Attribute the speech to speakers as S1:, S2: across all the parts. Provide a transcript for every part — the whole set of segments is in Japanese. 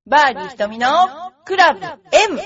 S1: バーディー瞳のクラブ M。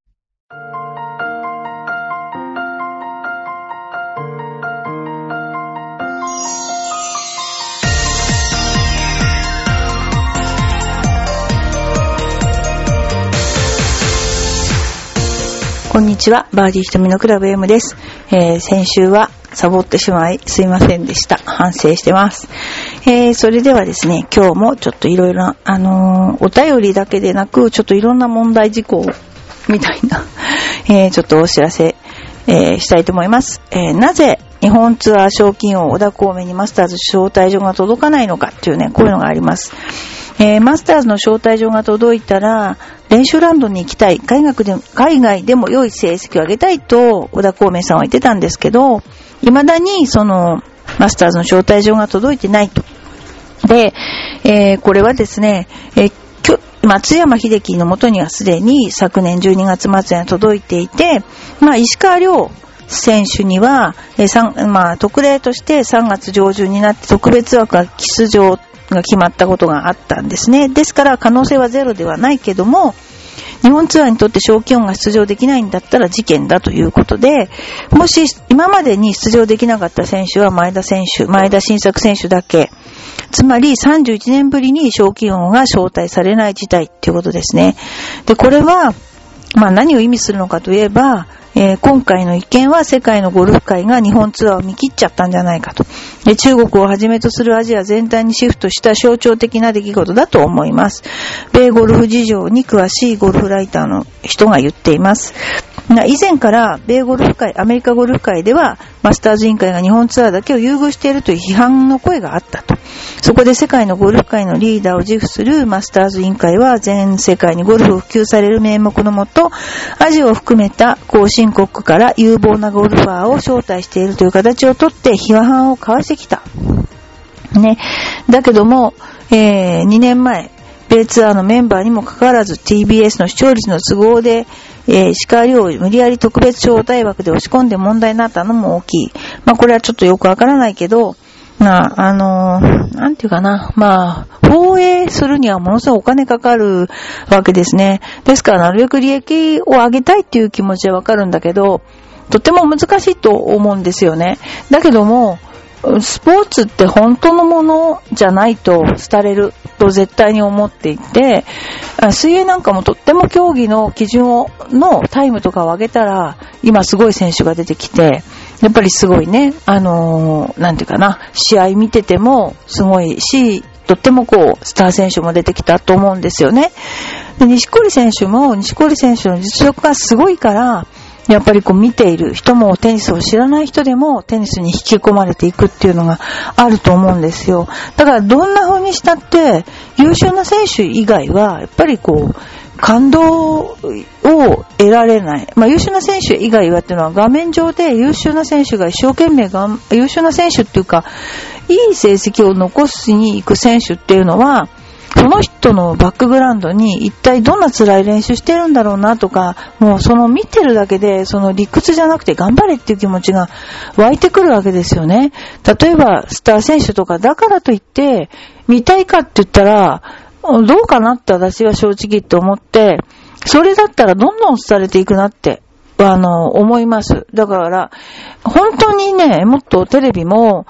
S1: こんにちは、バーディー瞳のクラブ M です。先週はサボってしまいすいませんでした。反省してます。それではですね、今日もちょっといろいろな、お便りだけでなく、ちょっといろんな問題事項みたいな、ちょっとお知らせ、したいと思います。なぜ日本ツアー賞金王小田孔明にマスターズ招待状が届かないのかっていうね、こういうのがあります。マスターズの招待状が届いたら、練習ラウンドに行きたい、海外でも良い成績を上げたいと小田孔明さんは言ってたんですけど、未だにそのマスターズの招待状が届いてないと。で、これはですね、松山英樹の元にはすでに昨年12月末には届いていて、石川遼選手には、特例として3月上旬になって特別枠が出場が決まったことがあったんですね。ですから可能性はゼロではないけども、日本ツアーにとって賞金王が出場できないんだったら事件だということで、もし今までに出場できなかった選手は前田晋作選手だけ、つまり31年ぶりに賞金王が招待されない事態ということですね。で、これは何を意味するのかといえば、今回の一件は世界のゴルフ界が日本ツアーを見切っちゃったんじゃないかと。で、中国をはじめとするアジア全体にシフトした象徴的な出来事だと思います。米ゴルフ事情に詳しいゴルフライターの人が言っています。以前から米ゴルフ界、アメリカゴルフ界ではマスターズ委員会が日本ツアーだけを優遇しているという批判の声があったと。そこで世界のゴルフ界のリーダーを自負するマスターズ委員会は全世界にゴルフを普及される名目のもと、アジアを含めた後進国から有望なゴルファーを招待しているという形をとって批判を交わしてきた。ね。だけども、2年前、米ツアーのメンバーにもかかわらず TBS の視聴率の都合で、石川遼を無理やり特別招待枠で押し込んで問題になったのも大きい。これはちょっとよくわからないけど、なんていうかな、放映するにはものすごいお金かかるわけですね。ですからなるべく利益を上げたいっていう気持ちはわかるんだけど、とても難しいと思うんですよね。だけども、スポーツって本当のものじゃないと廃れると絶対に思っていて、水泳なんかもとっても競技の基準のタイムとかを上げたら、今すごい選手が出てきて、やっぱりすごいね、なんていうかな、試合見ててもすごいし、とってもスター選手も出てきたと思うんですよね。で、錦織選手の実力がすごいから、やっぱり見ている人もテニスを知らない人でもテニスに引き込まれていくっていうのがあると思うんですよ。だからどんな風にしたって優秀な選手以外はやっぱり感動を得られない。優秀な選手以外はっていうのは画面上で優秀な選手が一生懸命優秀な選手っていうか、いい成績を残しに行く選手っていうのは、その人のバックグラウンドに一体どんな辛い練習してるんだろうなとか、もうその見てるだけでその理屈じゃなくて頑張れっていう気持ちが湧いてくるわけですよね。例えばスター選手とかだからといって見たいかって言ったらどうかなって私は正直言って思って、それだったらどんどん廃れていくなって思います。だから本当にね、もっとテレビも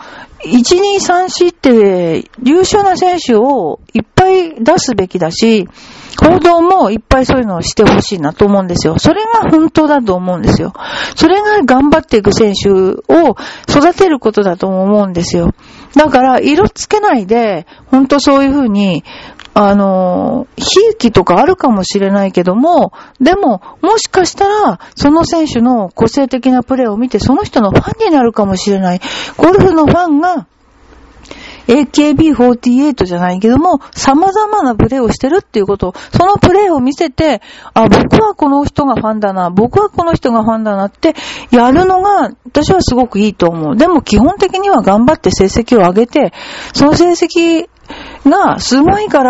S1: 1、2、3、4って優秀な選手をいっぱい出すべきだし、報道もいっぱいそういうのをしてほしいなと思うんですよ。それが本当だと思うんですよ。それが頑張っていく選手を育てることだと思うんですよ。だから色つけないで、本当そういうふうに悲劇とかあるかもしれないけども、でも、もしかしたら、その選手の個性的なプレーを見て、その人のファンになるかもしれない。ゴルフのファンが、AKB48 じゃないけども、様々なプレーをしてるっていうことを、そのプレーを見せて、僕はこの人がファンだな、僕はこの人がファンだなってやるのが、私はすごくいいと思う。でも基本的には頑張って成績を上げて、その成績がすごいから、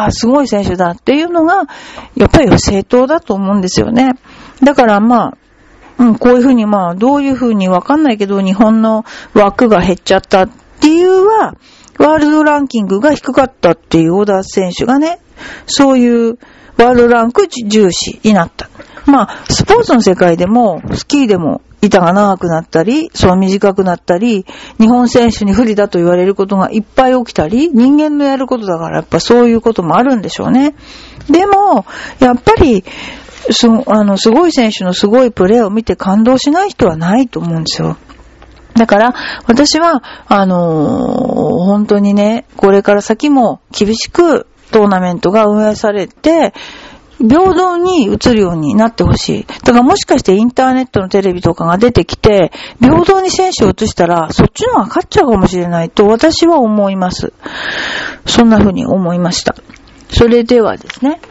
S1: すごい選手だっていうのが、やっぱり正当だと思うんですよね。だからこういうふうにどういうふうにわかんないけど、日本の枠が減っちゃったっていうは、ワールドランキングが低かったっていう小田選手がね、そういうワールドランク重視になった。まあ、スポーツの世界でも、スキーでも、板が長くなったり、短くなったり、日本選手に不利だと言われることがいっぱい起きたり、人間のやることだから、やっぱそういうこともあるんでしょうね。でも、やっぱり、すごい選手のすごいプレーを見て感動しない人はないと思うんですよ。だから、私は、本当にね、これから先も厳しくトーナメントが運営されて、平等に映るようになってほしい。だからもしかしてインターネットのテレビとかが出てきて、平等に選手を映したら、そっちの方が勝っちゃうかもしれないと私は思います。そんな風に思いました。それではですね、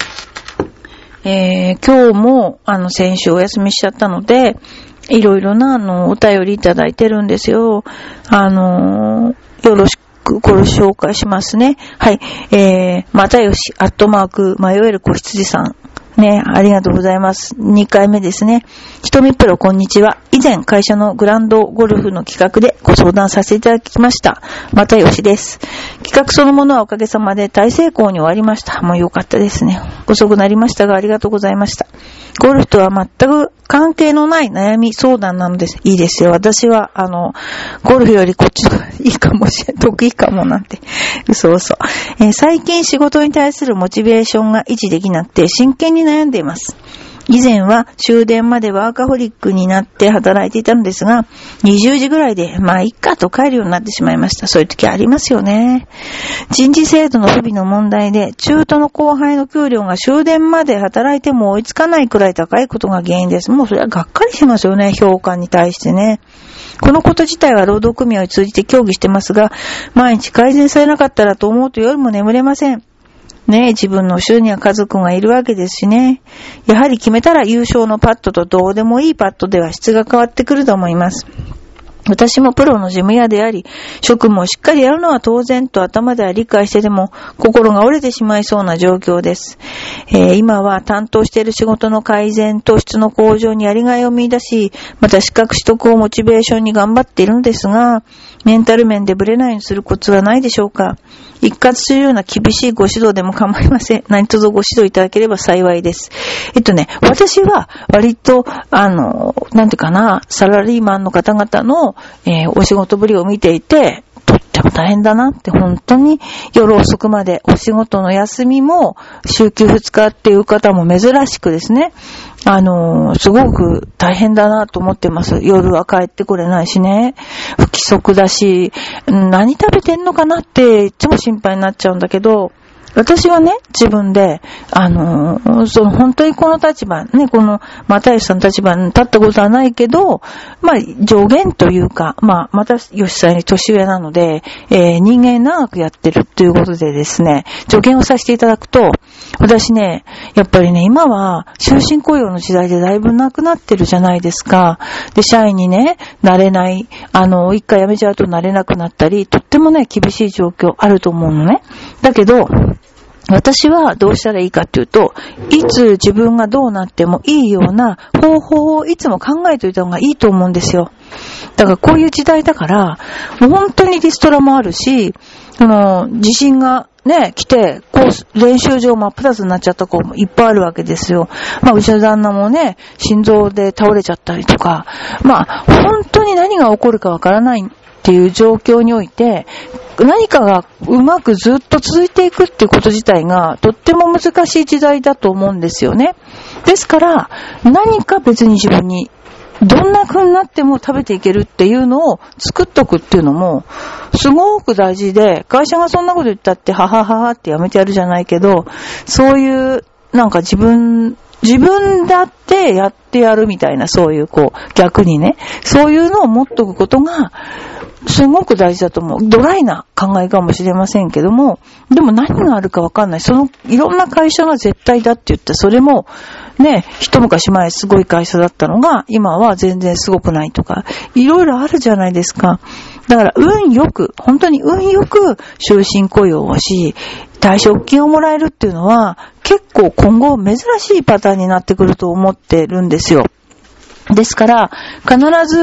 S1: 今日も先週お休みしちゃったので、いろいろなお便りいただいてるんですよ。よろしく。ご紹介しますね。はい。またよし、@迷える子羊さん。ね、ありがとうございます。2回目ですね。ひとみプロこんにちは。以前会社のグランドゴルフの企画でご相談させていただきました。またよしです。企画そのものはおかげさまで大成功に終わりました。もうよかったですね。遅くなりましたがありがとうございました。ゴルフとは全く関係のない悩み相談なのです。いいですよ。私は、ゴルフよりこっちの方がいいかもしれん。得意かもなんて。嘘。最近仕事に対するモチベーションが維持できなくて真剣に悩んでいます。以前は終電までワーカホリックになって働いていたのですが、20時ぐらいで、まあいっかと帰るようになってしまいました。そういう時ありますよね。人事制度の不備の問題で、中途の後輩の給料が終電まで働いても追いつかないくらい高いことが原因です。もうそれはがっかりしますよね、評価に対してね。このこと自体は労働組合を通じて協議してますが、毎日改善されなかったらと思うと夜も眠れません。ねえ、自分の後ろには家族がいるわけですしね。やはり決めたら優勝のパットとどうでもいいパットでは質が変わってくると思います。私もプロの事務屋であり、職務をしっかりやるのは当然と頭では理解してでも、心が折れてしまいそうな状況です。今は担当している仕事の改善と質の向上にやりがいを見出し、また資格取得をモチベーションに頑張っているのですが、メンタル面でブレないようにするコツはないでしょうか。一括するような厳しいご指導でも構いません。何卒ご指導いただければ幸いです。私は割と、なんていうかな、サラリーマンの方々の、お仕事ぶりを見ていて、とっても大変だなって本当に夜遅くまでお仕事の休みも週休2日っていう方も珍しくですね、すごく大変だなと思ってます。夜は帰ってこれないしね。不規則だし、何食べてんのかなっていつも心配になっちゃうんだけど、私はね、自分で、本当にこの立場、ね、この、又吉さんの立場に立ったことはないけど、まあ、助言というか、まあ、又吉さんより年上なので、人間長くやってるということでですね、助言をさせていただくと、私ね、やっぱりね、今は、終身雇用の時代でだいぶなくなってるじゃないですか。で、社員にね、なれない、一回辞めちゃうとなれなくなったり、とってもね、厳しい状況あると思うのね。だけど、私はどうしたらいいかっていうと、いつ自分がどうなってもいいような方法をいつも考えておいた方がいいと思うんですよ。だからこういう時代だから、もう本当にリストラもあるし、地震がね、来て、練習場真っ二つになっちゃった子もいっぱいあるわけですよ。まあ、うちの旦那もね、心臓で倒れちゃったりとか、まあ、本当に何が起こるかわからないっていう状況において、何かがうまくずっと続いていくっていうこと自体がとっても難しい時代だと思うんですよね。ですから、何か別に自分にどんな風になっても食べていけるっていうのを作っとくっていうのもすごく大事で、会社がそんなこと言ったってははははってやめてやるじゃないけど、そういうなんか自分だってやってやるみたいな、そういう逆にね、そういうのを持っとくことがすごく大事だと思う。ドライな考えかもしれませんけども、でも何があるかわかんない。いろんな会社が絶対だって言って、それもね、一昔前すごい会社だったのが、今は全然すごくないとか、いろいろあるじゃないですか。だから本当に運よく終身雇用をし、退職金をもらえるっていうのは、結構今後珍しいパターンになってくると思ってるんですよ。ですから、必ず、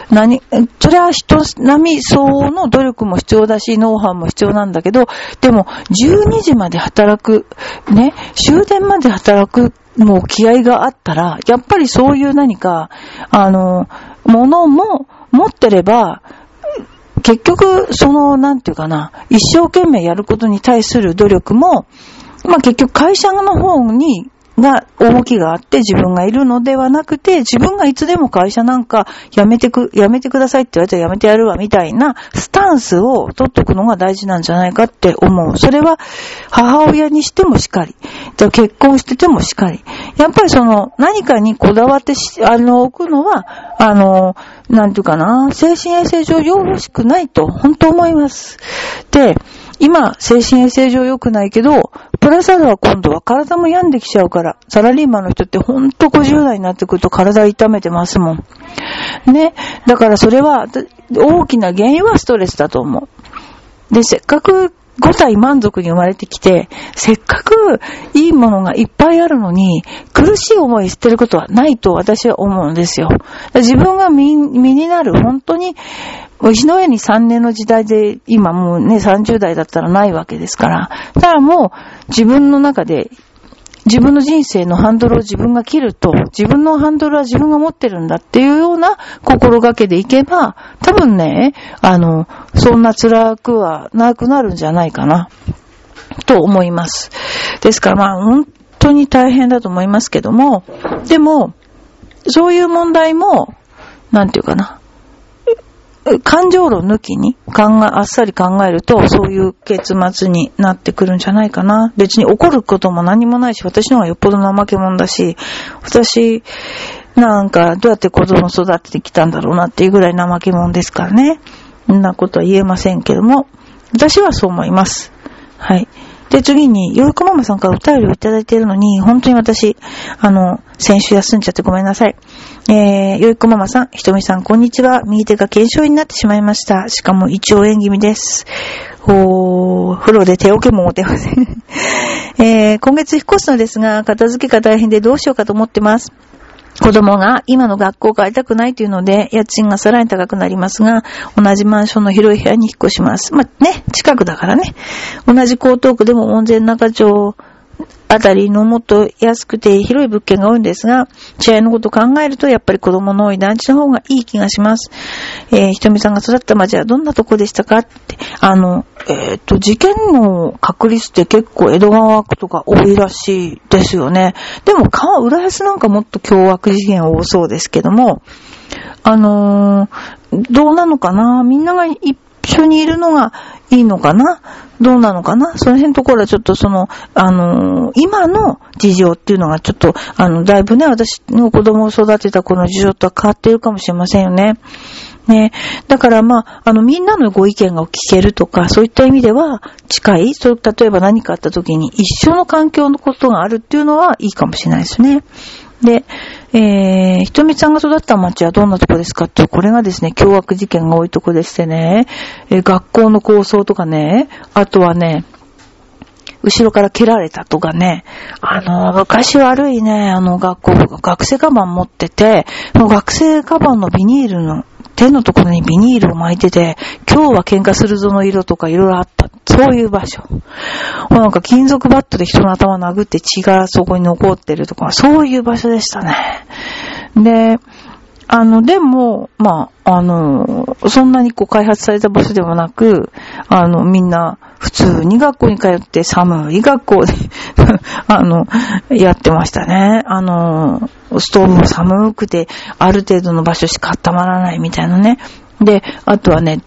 S1: それは人並み相応の努力も必要だし、ノウハウも必要なんだけど、でも、12時まで働く、ね、終電まで働く、もう気合があったら、やっぱりそういう何か、ものも持ってれば、結局、なんていうかな、一生懸命やることに対する努力も、結局会社の方が重きがあって自分がいるのではなくて、自分がいつでも会社なんか辞めてくださいって言われたら辞めてやるわみたいなスタンスを取っておくのが大事なんじゃないかって思う。それは母親にしてもしかり、結婚しててもしかり。やっぱり何かにこだわって置くのは、なんていうかな、精神衛生上よろしくないと本当思います。で、今、精神衛生上良くないけど、プラスアルファ今度は体も病んできちゃうから、サラリーマンの人ってほんと50代になってくると体痛めてますもん。ね。だからそれは、大きな原因はストレスだと思う。で、せっかく5体満足に生まれてきて、せっかくいいものがいっぱいあるのに、苦しい思いしてることはないと私は思うんですよ。自分が身になる、本当に、石の上に3年の時代で、今もうね、30代だったらないわけですから。ただもう、自分の中で、自分の人生のハンドルを自分が切ると、自分のハンドルは自分が持ってるんだっていうような心がけでいけば、多分ね、そんな辛くはなくなるんじゃないかな、と思います。ですから本当に大変だと思いますけども、でも、そういう問題も、なんていうかな、感情論抜きにあっさり考えると、そういう結末になってくるんじゃないかな。別に怒ることも何もないし、私の方がよっぽど怠け者だし、私、なんか、どうやって子供育ててきたんだろうなっていうぐらい怠け者ですからね。そんなことは言えませんけども、私はそう思います。はい。で、次に、よいこママさんからお便りをいただいているのに、本当に私、先週休んじゃってごめんなさい。よいこママさん、ひとみさん、こんにちは。右手が腱鞘炎になってしまいました。しかも胃腸炎気味です。風呂で手桶も持てません。今月引っ越すのですが、片付けが大変でどうしようかと思ってます。子供が今の学校を変えたくないというので、家賃がさらに高くなりますが、同じマンションの広い部屋に引っ越します。近くだからね。同じ江東区でも門前仲町あたりのもっと安くて広い物件が多いんですが、試合のことを考えるとやっぱり子供の多い団地の方がいい気がします。ひとみさんが育った町はどんなとこでしたかって、事件の確率って結構江戸川区とか多いらしいですよね。でも浦安なんかもっと凶悪事件多そうですけども、どうなのかな、みんなが一緒にいるのがいいのかな、どうなのかな、その辺のところはちょっと今の事情っていうのがちょっと、だいぶね、私の子供を育てた子の事情とは変わっているかもしれませんよね。ね。だからみんなのご意見が聞けるとか、そういった意味では近い、例えば何かあった時に一緒の環境のことがあるっていうのはいいかもしれないですね。で、ひとみさんが育った町はどんなとこですかって、これがですね、凶悪事件が多いとこでしてね、学校の構想とかね、あとはね、後ろから蹴られたとかね、昔悪いね、学生カバン持ってて、学生カバンのビニールの、手のところにビニールを巻いてて、今日は喧嘩するぞの色とかいろいろあった。そういう場所。なんか金属バットで人の頭を殴って血がそこに残ってるとか、そういう場所でしたね。で、でも、そんなに開発された場所でもなく、みんな普通に学校に通って寒い学校で、やってましたね。ストーブも寒くて、ある程度の場所しか温まらないみたいなね。で、あとはね、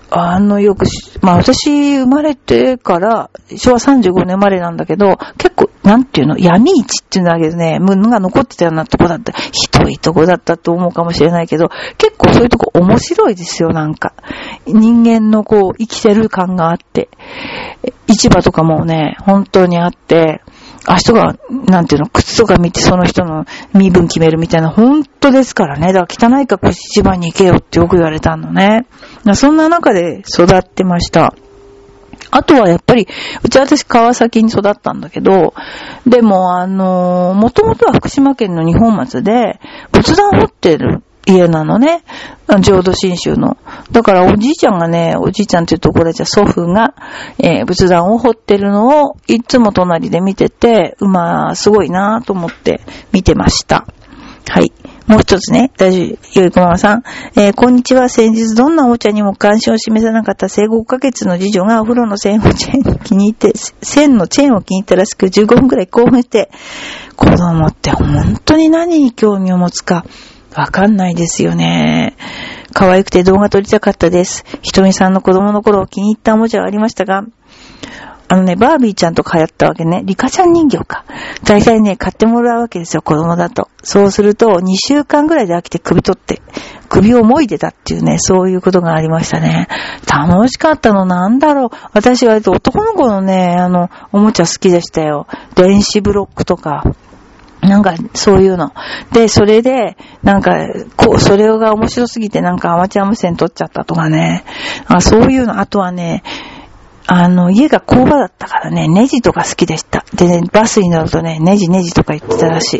S1: 私生まれてから、昭和35年生まれなんだけど、結構、闇市っていうんだけどね、無が残ってたようなとこだった。ひどいとこだったと思うかもしれないけど、結構そういうとこ面白いですよ、なんか。人間の生きてる感があって。市場とかもね、本当にあって、人が、靴とか見てその人の身分決めるみたいな、本当ですからね。だから汚い格好市場に行けよってよく言われたのね。そんな中で育ってました。あとはやっぱり、私川崎に育ったんだけど、でももともとは福島県の二本松で、仏壇掘ってる家なのね。浄土真宗の。だからおじいちゃんがね、おじいちゃんっていうところじゃ祖父が、仏壇を掘ってるのをいつも隣で見てて、すごいなぁと思って見てました。はい。もう一つね、よいこままさん。こんにちは。先日どんなおもちゃにも関心を示さなかった生後5ヶ月の次女がお風呂の線のチェーンを気に入ったらしく15分くらい興奮して、子供って本当に何に興味を持つかわかんないですよね。可愛くて動画撮りたかったです。ひとみさんの子供の頃気に入ったおもちゃがありましたが、バービーちゃんとか流行ったわけね。リカちゃん人形か。大体ね、買ってもらうわけですよ、子供だと。そうすると、2週間ぐらいで飽きて首をもいでたっていうね、そういうことがありましたね。楽しかったのなんだろう。私は男の子のね、おもちゃ好きでしたよ。電子ブロックとか。なんか、そういうの。で、それで、なんか、それが面白すぎて、なんかアマチュア無線取っちゃったとかね。そういうの。あとはね、家が工場だったからね、ネジとか好きでした。でね、バスに乗るとね、ネジとか言ってたらしい。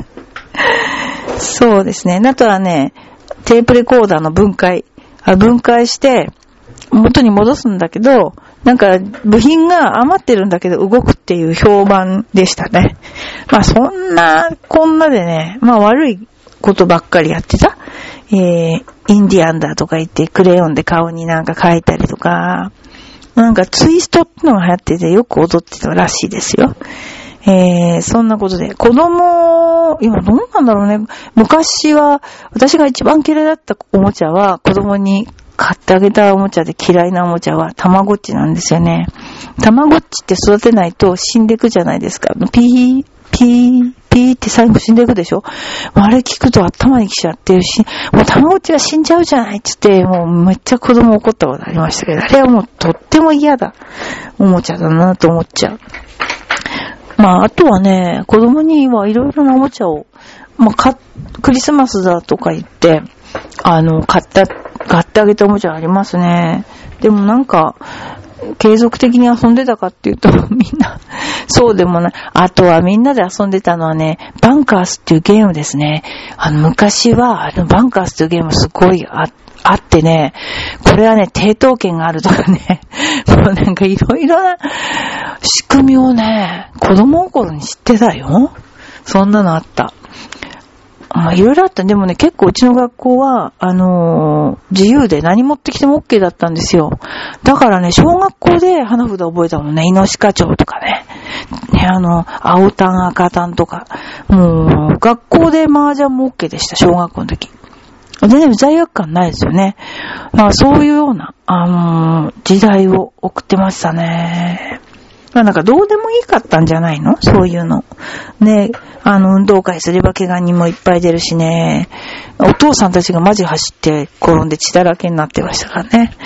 S1: そうですね。あとはね、テープレコーダーの分解して、元に戻すんだけど、なんか、部品が余ってるんだけど動くっていう評判でしたね。そんな、こんなでね、悪いことばっかりやってた。インディアンだとか言って、クレヨンで顔になんか描いたりとか、なんかツイストってのが流行っててよく踊ってたらしいですよ。そんなことで。子供、今どうなんだろうね。昔は、私が一番嫌いだったおもちゃは、子供に買ってあげたおもちゃで嫌いなおもちゃは、たまごっちなんですよね。たまごっちって育てないと死んでくじゃないですか。ピーって最後死んでいくでしょ。あれ聞くと頭にきちゃってるし、もうたまごっちが死んじゃうじゃないって言って、もうめっちゃ子供怒ったことありましたけど、あれはもうとっても嫌だ。おもちゃだなと思っちゃう。あとはね、子供にはいろいろなおもちゃを、クリスマスだとか言って、買ってあげたおもちゃありますね。でもなんか、継続的に遊んでたかっていうと、みんな、そうでもない。あとはみんなで遊んでたのはね、バンカースっていうゲームですね。昔は、バンカースっていうゲームすごいあってね、これはね、抵当権があるとかね、もうなんかいろいろな仕組みをね、子供心に知ってたよ。そんなのあった。いろいろあった。でもね、結構うちの学校は、自由で何持ってきても OK だったんですよ。だからね、小学校で花札覚えたもんね。イノシカチョウとかね。青タン、赤タンとか。もう、学校で麻雀も OK でした、小学校の時。全然罪悪感ないですよね。そういうような、時代を送ってましたね。なんかどうでもいいかったんじゃないの？そういうの。ね、運動会すれば怪我人もいっぱい出るしね。お父さんたちがマジ走って転んで血だらけになってましたからね。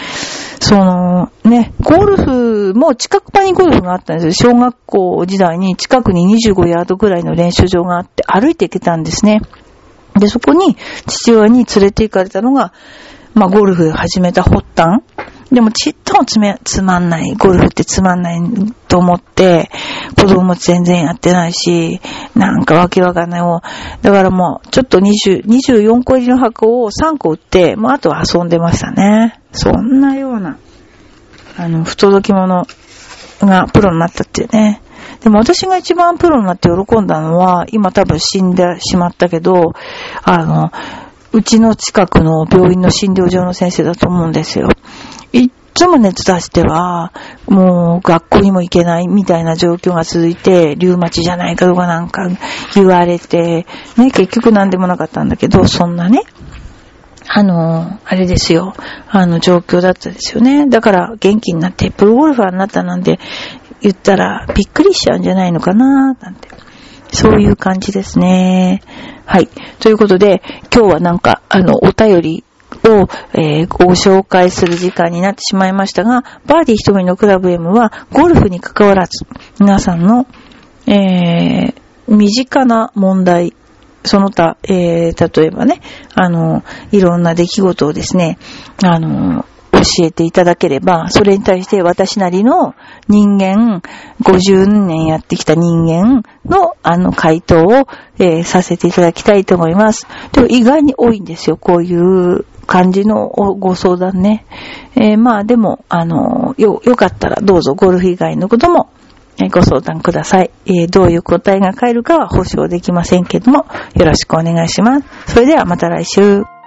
S1: ゴルフも近くにゴルフがあったんですよ。小学校時代に近くに25ヤードぐらいの練習場があって歩いて行けたんですね。で、そこに父親に連れて行かれたのが、ゴルフ始めた発端。でもちっともつまんない。ゴルフってつまんないと思って、子供も全然やってないし、なんかわけわかんないもう。だからもう、ちょっと24個入りの箱を3個売って、あとは遊んでましたね。そんなような、不届き者がプロになったっていうね。でも私が一番プロになって喜んだのは、今多分死んでしまったけど、うちの近くの病院の診療所の先生だと思うんですよ。いつも熱出しては、もう学校にも行けないみたいな状況が続いて、リウマチじゃないかとかなんか言われて、ね、結局なんでもなかったんだけど、そんなね、あれですよ、状況だったですよね。だから元気になってプロゴルファーになったなんて言ったらびっくりしちゃうんじゃないのかななんて。そういう感じですね。はい。ということで、今日はなんか、お便りを、ご紹介する時間になってしまいましたが、バーディーひとみのクラブ M は、ゴルフに関わらず、皆さんの、身近な問題、その他、例えばね、いろんな出来事をですね、教教えていただければ、それに対して私なりの人間、50年やってきた人間の回答を、させていただきたいと思います。でも意外に多いんですよ、こういう感じのご相談ね。まあでも、よかったらどうぞゴルフ以外のこともご相談ください。どういう答えが返るかは保証できませんけども、よろしくお願いします。それではまた来週。